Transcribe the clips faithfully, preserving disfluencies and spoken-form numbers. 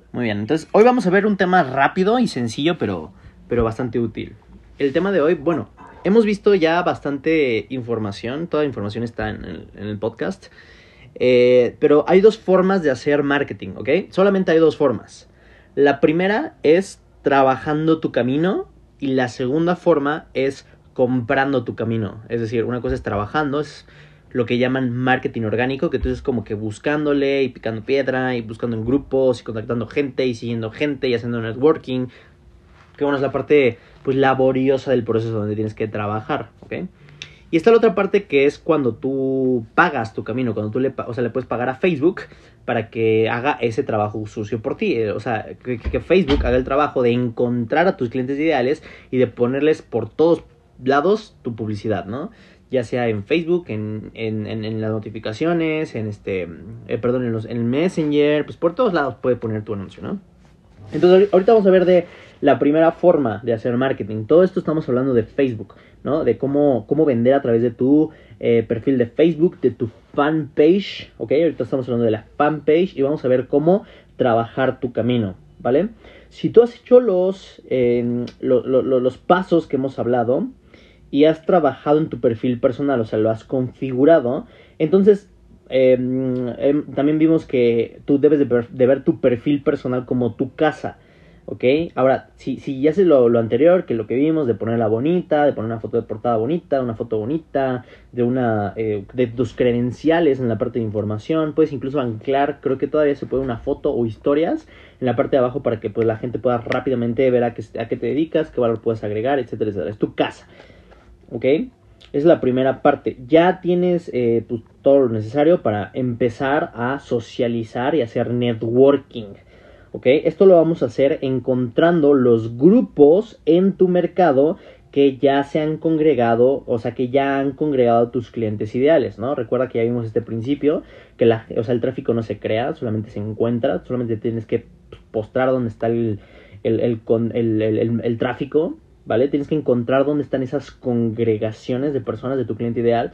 Muy bien, entonces hoy vamos a ver un tema rápido y sencillo, pero, pero bastante útil. El tema de hoy, bueno, hemos visto ya bastante información, toda la información está en el, en el podcast, eh, pero hay dos formas de hacer marketing, ¿ok? Solamente hay dos formas. La primera es trabajando tu camino y la segunda forma es comprando tu camino. Es decir, una cosa es trabajando, es lo que llaman marketing orgánico, que tú es como que buscándole y picando piedra y buscando en grupos y contactando gente y siguiendo gente y haciendo networking, que bueno, es la parte pues laboriosa del proceso donde tienes que trabajar, ¿ok? Y está la otra parte que es cuando tú pagas tu camino, cuando tú le, o sea, le puedes pagar a Facebook para que haga ese trabajo sucio por ti. O sea, que, que Facebook haga el trabajo de encontrar a tus clientes ideales y de ponerles por todos lados tu publicidad, ¿no? Ya sea en Facebook, en, en, en, en las notificaciones, en este, eh, perdón, en, los, en el Messenger, pues por todos lados puede poner tu anuncio, ¿no? Entonces ahorita vamos a ver de la primera forma de hacer marketing. Todo esto estamos hablando de Facebook, ¿no? De cómo, cómo vender a través de tu eh, perfil de Facebook, de tu fanpage, ¿ok? Ahorita estamos hablando de la fanpage y vamos a ver cómo trabajar tu camino, ¿vale? Si tú has hecho los, eh, lo, lo, lo, los pasos que hemos hablado y has trabajado en tu perfil personal, o sea, lo has configurado, entonces eh, eh, también vimos que tú debes de ver, de ver tu perfil personal como tu casa, ¿ok? Ahora, si, si ya haces lo, lo anterior, que lo que vimos, de ponerla bonita, de poner una foto de portada bonita, una foto bonita, de una eh, de tus credenciales en la parte de información, puedes incluso anclar, creo que todavía se puede una foto o historias en la parte de abajo para que pues la gente pueda rápidamente ver a qué, a qué te dedicas, qué valor puedes agregar, etcétera, etcétera. Es tu casa, ¿ok? Es la primera parte. Ya tienes eh, pues, todo lo necesario para empezar a socializar y hacer networking, ¿ok? Esto lo vamos a hacer encontrando los grupos en tu mercado que ya se han congregado, o sea, que ya han congregado a tus clientes ideales, ¿no? Recuerda que ya vimos este principio, que la, o sea, el tráfico no se crea, solamente se encuentra, solamente tienes que postrar dónde está el, el, el, el, el, el, el tráfico, ¿vale? Tienes que encontrar dónde están esas congregaciones de personas de tu cliente ideal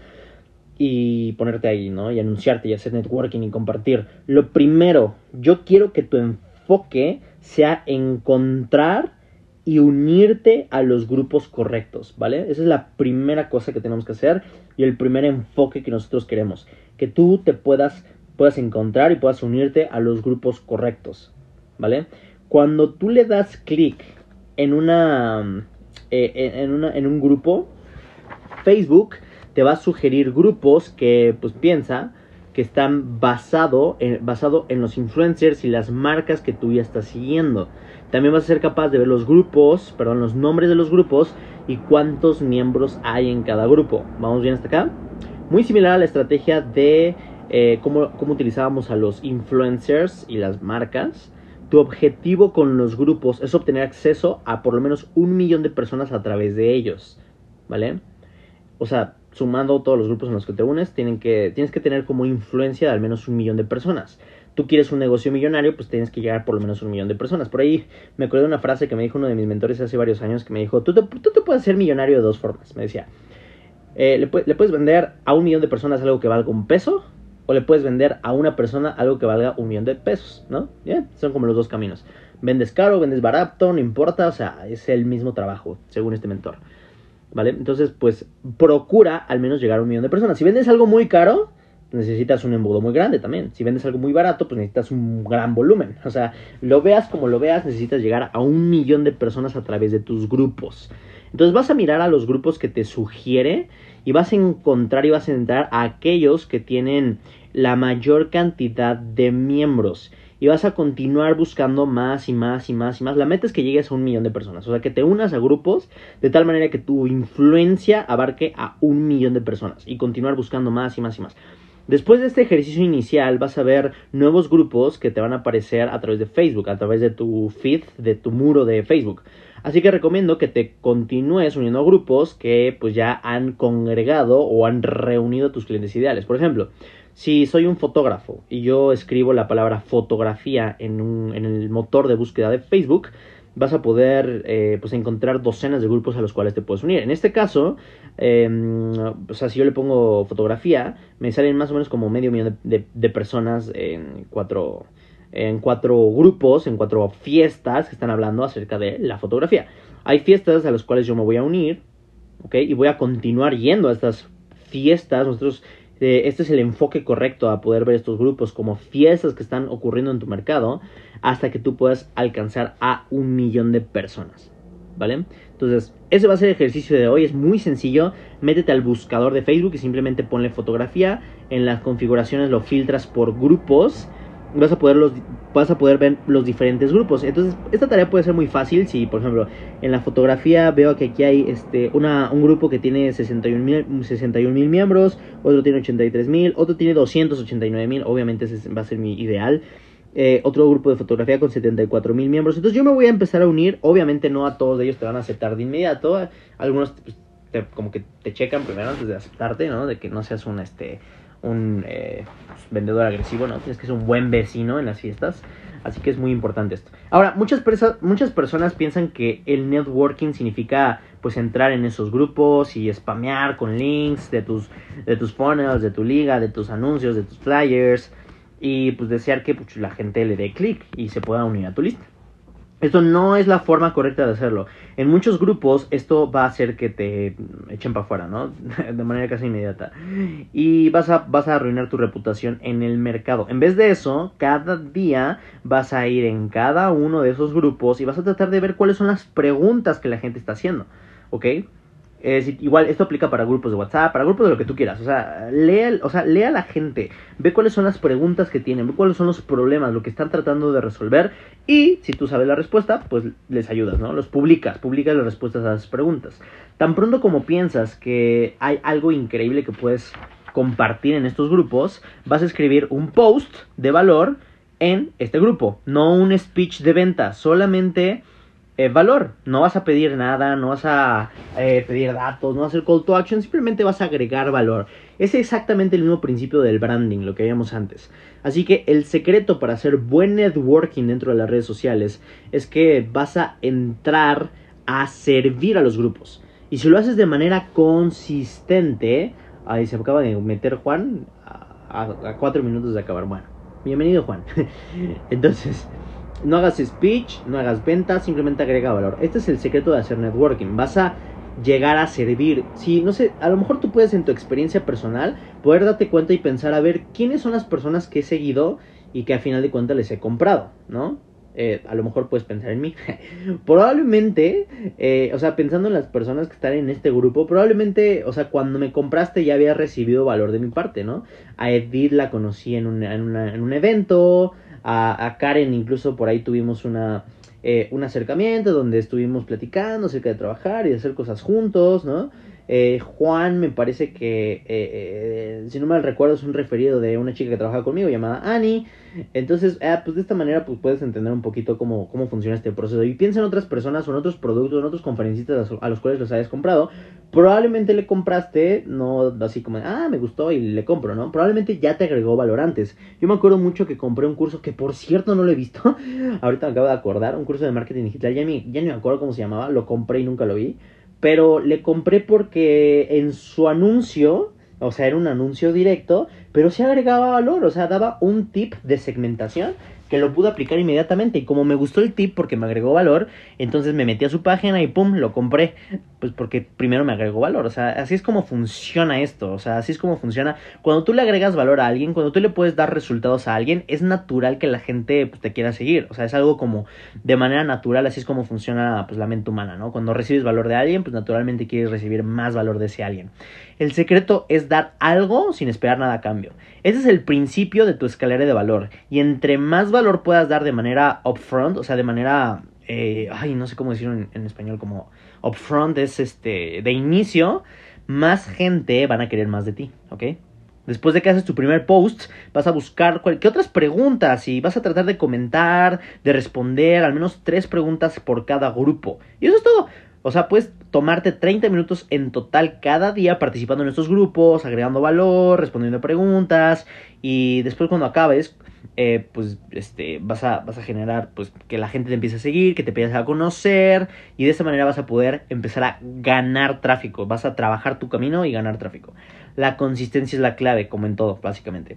y ponerte ahí, ¿no? Y anunciarte y hacer networking y compartir. Lo primero, yo quiero que tu enfoque sea encontrar y unirte a los grupos correctos, ¿vale? Esa es la primera cosa que tenemos que hacer y el primer enfoque que nosotros queremos. Que tú te puedas, puedas encontrar y puedas unirte a los grupos correctos, ¿vale? Cuando tú le das clic en una... Eh, en, una, en un grupo, Facebook te va a sugerir grupos que pues piensa que están basado en, basado en los influencers y las marcas que tú ya estás siguiendo. También vas a ser capaz de ver los grupos, perdón, los nombres de los grupos y cuántos miembros hay en cada grupo. ¿Vamos bien hasta acá? Muy similar a la estrategia de eh, cómo, cómo utilizábamos a los influencers y las marcas. Tu objetivo con los grupos es obtener acceso a por lo menos un millón de personas a través de ellos, ¿vale? O sea, sumando todos los grupos en los que te unes, tienen que, tienes que tener como influencia de al menos un millón de personas. Tú quieres un negocio millonario, pues tienes que llegar por lo menos a un millón de personas. Por ahí me acuerdo de una frase que me dijo uno de mis mentores hace varios años, que me dijo, tú te, tú te puedes hacer millonario de dos formas. Me decía, eh, le, le puedes vender a un millón de personas algo que valga un peso, o le puedes vender a una persona algo que valga un millón de pesos, ¿no? Yeah, son como los dos caminos. Vendes caro, vendes barato, no importa, o sea, es el mismo trabajo, según este mentor, ¿vale? Entonces, pues, procura al menos llegar a un millón de personas. Si vendes algo muy caro, necesitas un embudo muy grande también. Si vendes algo muy barato, pues necesitas un gran volumen. O sea, lo veas como lo veas, necesitas llegar a un millón de personas a través de tus grupos. Entonces vas a mirar a los grupos que te sugiere y vas a encontrar y vas a entrar a aquellos que tienen la mayor cantidad de miembros. Y vas a continuar buscando más y más y más y más. La meta es que llegues a un millón de personas. O sea, que te unas a grupos de tal manera que tu influencia abarque a un millón de personas. Y continuar buscando más y más y más. Después de este ejercicio inicial vas a ver nuevos grupos que te van a aparecer a través de Facebook, a través de tu feed, de tu muro de Facebook. Así que recomiendo que te continúes uniendo a grupos que pues ya han congregado o han reunido a tus clientes ideales. Por ejemplo, si soy un fotógrafo y yo escribo la palabra fotografía en, un, en el motor de búsqueda de Facebook, vas a poder eh, pues encontrar docenas de grupos a los cuales te puedes unir. En este caso, eh, o sea, si yo le pongo fotografía, me salen más o menos como medio millón de, de, de personas en cuatro, en cuatro grupos, en cuatro fiestas que están hablando acerca de la fotografía. Hay fiestas a las cuales yo me voy a unir, ¿ok? Y voy a continuar yendo a estas fiestas. Nosotros, eh, este es el enfoque correcto a poder ver estos grupos como fiestas que están ocurriendo en tu mercado hasta que tú puedas alcanzar a un millón de personas, ¿vale? Entonces, ese va a ser el ejercicio de hoy. Es muy sencillo. Métete al buscador de Facebook y simplemente ponle fotografía. En las configuraciones lo filtras por grupos. Vas a poder los, vas a poder ver los diferentes grupos. Entonces, esta tarea puede ser muy fácil. Si, por ejemplo, en la fotografía veo que aquí hay este, una, un grupo que tiene sesenta y un mil miembros, otro tiene ochenta y tres mil, otro tiene doscientos ochenta y nueve mil. Obviamente ese va a ser mi ideal. Eh, otro grupo de fotografía con setenta y cuatro mil miembros. Entonces yo me voy a empezar a unir. Obviamente no a todos ellos te van a aceptar de inmediato. Algunos pues, te, como que te checan primero antes de aceptarte, ¿no? De que no seas un, este, un eh, vendedor agresivo, ¿no? Tienes que ser un buen vecino en las fiestas. Así que es muy importante esto. Ahora, muchas, perso- muchas personas piensan que el networking significa pues entrar en esos grupos y spamear con links de tus, de tus funnels, de tu liga, de tus anuncios, de tus flyers. Y pues desear que pues, la gente le dé clic y se pueda unir a tu lista. Esto no es la forma correcta de hacerlo. En muchos grupos esto va a hacer que te echen para afuera, ¿no? De manera casi inmediata. Y vas a, vas a arruinar tu reputación en el mercado. En vez de eso, cada día vas a ir en cada uno de esos grupos y vas a tratar de ver cuáles son las preguntas que la gente está haciendo, ¿ok? Es, igual esto aplica para grupos de WhatsApp, para grupos de lo que tú quieras. O sea, lea, o sea, lea a la gente, ve cuáles son las preguntas que tienen, ve cuáles son los problemas, lo que están tratando de resolver. Y si tú sabes la respuesta, pues les ayudas, ¿no? Los publicas, publicas las respuestas a las preguntas. Tan pronto como piensas que hay algo increíble que puedes compartir en estos grupos, vas a escribir un post de valor en este grupo. No un speech de venta, solamente... Eh, valor, no vas a pedir nada, no vas a eh, pedir datos, no vas a hacer call to action, simplemente vas a agregar valor. Es exactamente el mismo principio del branding, lo que veíamos antes. Así que el secreto para hacer buen networking dentro de las redes sociales es que vas a entrar a servir a los grupos. Y si lo haces de manera consistente, ahí se acaba de meter Juan a, a, a cuatro minutos de acabar. Bueno, bienvenido Juan. Entonces... no hagas speech, no hagas ventas, simplemente agrega valor. Este es el secreto de hacer networking. Vas a llegar a servir. Si, no sé, a lo mejor tú puedes en tu experiencia personal poder darte cuenta y pensar a ver quiénes son las personas que he seguido y que a final de cuentas les he comprado, ¿no? Eh, a lo mejor puedes pensar en mí. Probablemente, eh, o sea, pensando en las personas que están en este grupo, probablemente, o sea, cuando me compraste ya había recibido valor de mi parte, ¿no? A Edith la conocí en, una, en, una, en un evento. A, a Karen incluso por ahí tuvimos una, eh, un acercamiento donde estuvimos platicando acerca de trabajar y de hacer cosas juntos, ¿no? Eh, Juan me parece que, eh, eh, si no mal recuerdo, es un referido de una chica que trabaja conmigo llamada Annie. Entonces, eh, pues de esta manera pues puedes entender un poquito cómo, cómo funciona este proceso. Y piensa en otras personas o en otros productos, en otros conferencistas a los cuales los hayas comprado. Probablemente le compraste, no así como, ah, me gustó y le compro, ¿no? Probablemente ya te agregó valor antes. Yo me acuerdo mucho que compré un curso que, por cierto, no lo he visto. Ahorita me acabo de acordar, un curso de marketing digital. Ya ni, ya ni me acuerdo cómo se llamaba, lo compré y nunca lo vi. Pero le compré porque en su anuncio, o sea, era un anuncio directo, pero sí agregaba valor, o sea, daba un tip de segmentación que lo pude aplicar inmediatamente. Y como me gustó el tip porque me agregó valor, entonces me metí a su página y pum, lo compré. Pues porque primero me agregó valor. O sea, así es como funciona esto. O sea, así es como funciona. Cuando tú le agregas valor a alguien, cuando tú le puedes dar resultados a alguien, es natural que la gente pues, te quiera seguir. O sea, es algo como de manera natural, así es como funciona pues, la mente humana, ¿no? Cuando recibes valor de alguien, pues naturalmente quieres recibir más valor de ese alguien. El secreto es dar algo sin esperar nada a cambio. Ese es el principio de tu escalera de valor. Y entre más valor puedas dar de manera upfront, o sea, de manera... Eh, ay, no sé cómo decirlo en, en español, como upfront es este, de inicio, más gente van a querer más de ti, ¿ok? Después de que haces tu primer post, vas a buscar cual, qué otras preguntas y vas a tratar de comentar, de responder al menos tres preguntas por cada grupo. Y eso es todo. O sea, puedes tomarte treinta minutos en total cada día participando en estos grupos, agregando valor, respondiendo preguntas. Y después cuando acabes, eh, pues este, vas a, vas a generar pues, que la gente te empiece a seguir, que te empiece a conocer. Y de esa manera vas a poder empezar a ganar tráfico. Vas a trabajar tu camino y ganar tráfico. La consistencia es la clave, como en todo, básicamente.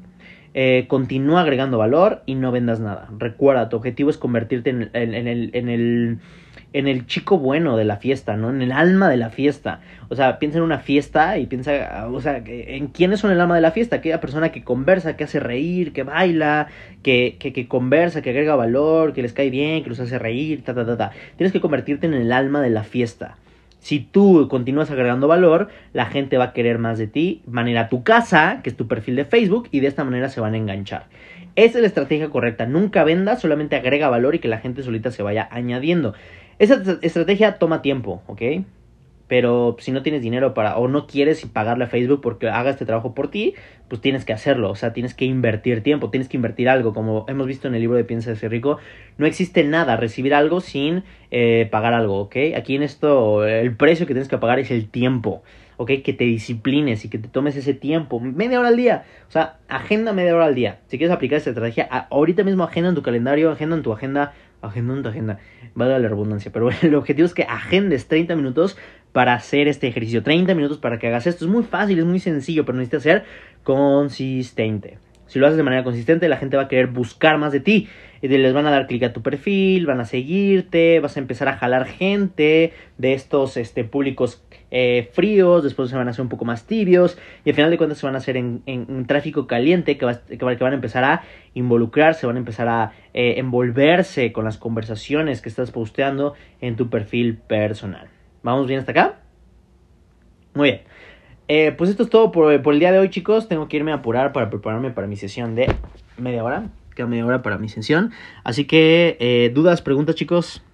Eh, continúa agregando valor y no vendas nada. Recuerda, tu objetivo es convertirte en, en, en, el, en, el, en el chico bueno de la fiesta, ¿no? En el alma de la fiesta. O sea, piensa en una fiesta y piensa, o sea, en quiénes son el alma de la fiesta. Aquella persona que conversa, que hace reír, que baila, que, que, que conversa, que agrega valor, que les cae bien, que los hace reír, ta, ta, ta, ta. Tienes que convertirte en el alma de la fiesta. Si tú continúas agregando valor, la gente va a querer más de ti, van a ir a tu casa, que es tu perfil de Facebook, y de esta manera se van a enganchar. Esa es la estrategia correcta. Nunca vendas, solamente agrega valor y que la gente solita se vaya añadiendo. Esa estrategia toma tiempo, ¿ok? Pero si no tienes dinero para, o no quieres pagarle a Facebook porque haga este trabajo por ti, pues tienes que hacerlo. O sea, tienes que invertir tiempo, tienes que invertir algo. Como hemos visto en el libro de Piensa y Sé Rico, no existe nada, recibir algo sin eh, pagar algo, ¿ok? Aquí en esto, el precio que tienes que pagar es el tiempo, ¿ok? Que te disciplines y que te tomes ese tiempo, media hora al día. O sea, agenda media hora al día. Si quieres aplicar esta estrategia, ahorita mismo agenda en tu calendario, agenda en tu agenda, agenda en tu agenda. Vale la redundancia, pero bueno, el objetivo es que agendes treinta minutos para hacer este ejercicio, treinta minutos para que hagas esto. Es muy fácil, es muy sencillo, pero necesitas ser consistente. Si lo haces de manera consistente, la gente va a querer buscar más de ti. Y les van a dar clic a tu perfil, van a seguirte, vas a empezar a jalar gente de estos este, públicos eh, fríos, después se van a hacer un poco más tibios, y al final de cuentas se van a hacer en, en, en tráfico caliente, que, va, que, va, que van a empezar a involucrarse, van a empezar a eh, envolverse con las conversaciones que estás posteando en tu perfil personal. ¿Vamos bien hasta acá? Muy bien. Eh, pues esto es todo por, por el día de hoy, chicos. Tengo que irme a apurar para prepararme para mi sesión de media hora. Queda media hora para mi sesión. Así que, eh, dudas, preguntas, chicos.